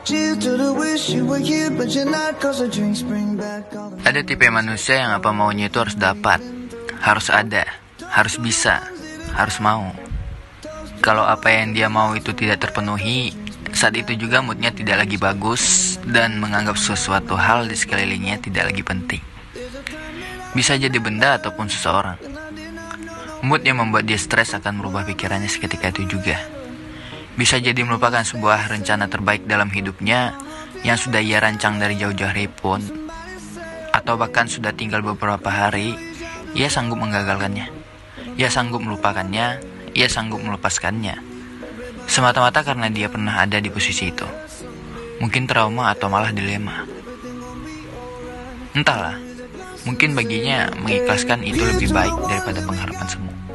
Ada tipe manusia yang apa maunya itu harus dapat, harus ada, harus bisa, harus mau. Kalau apa yang dia mau itu tidak terpenuhi, saat itu juga moodnya tidak lagi bagus dan menganggap sesuatu hal di sekelilingnya tidak lagi penting. Bisa jadi benda ataupun seseorang. Mood yang membuat dia stres akan merubah pikirannya seketika itu juga. Bisa jadi melupakan sebuah rencana terbaik dalam hidupnya yang sudah ia rancang dari jauh-jauh hari pun, atau bahkan sudah tinggal beberapa hari, ia sanggup menggagalkannya. Ia sanggup melupakannya, ia sanggup melepaskannya. Semata-mata karena dia pernah ada di posisi itu. Mungkin trauma atau malah dilema. Entahlah, mungkin baginya mengikhlaskan itu lebih baik daripada pengharapan semu.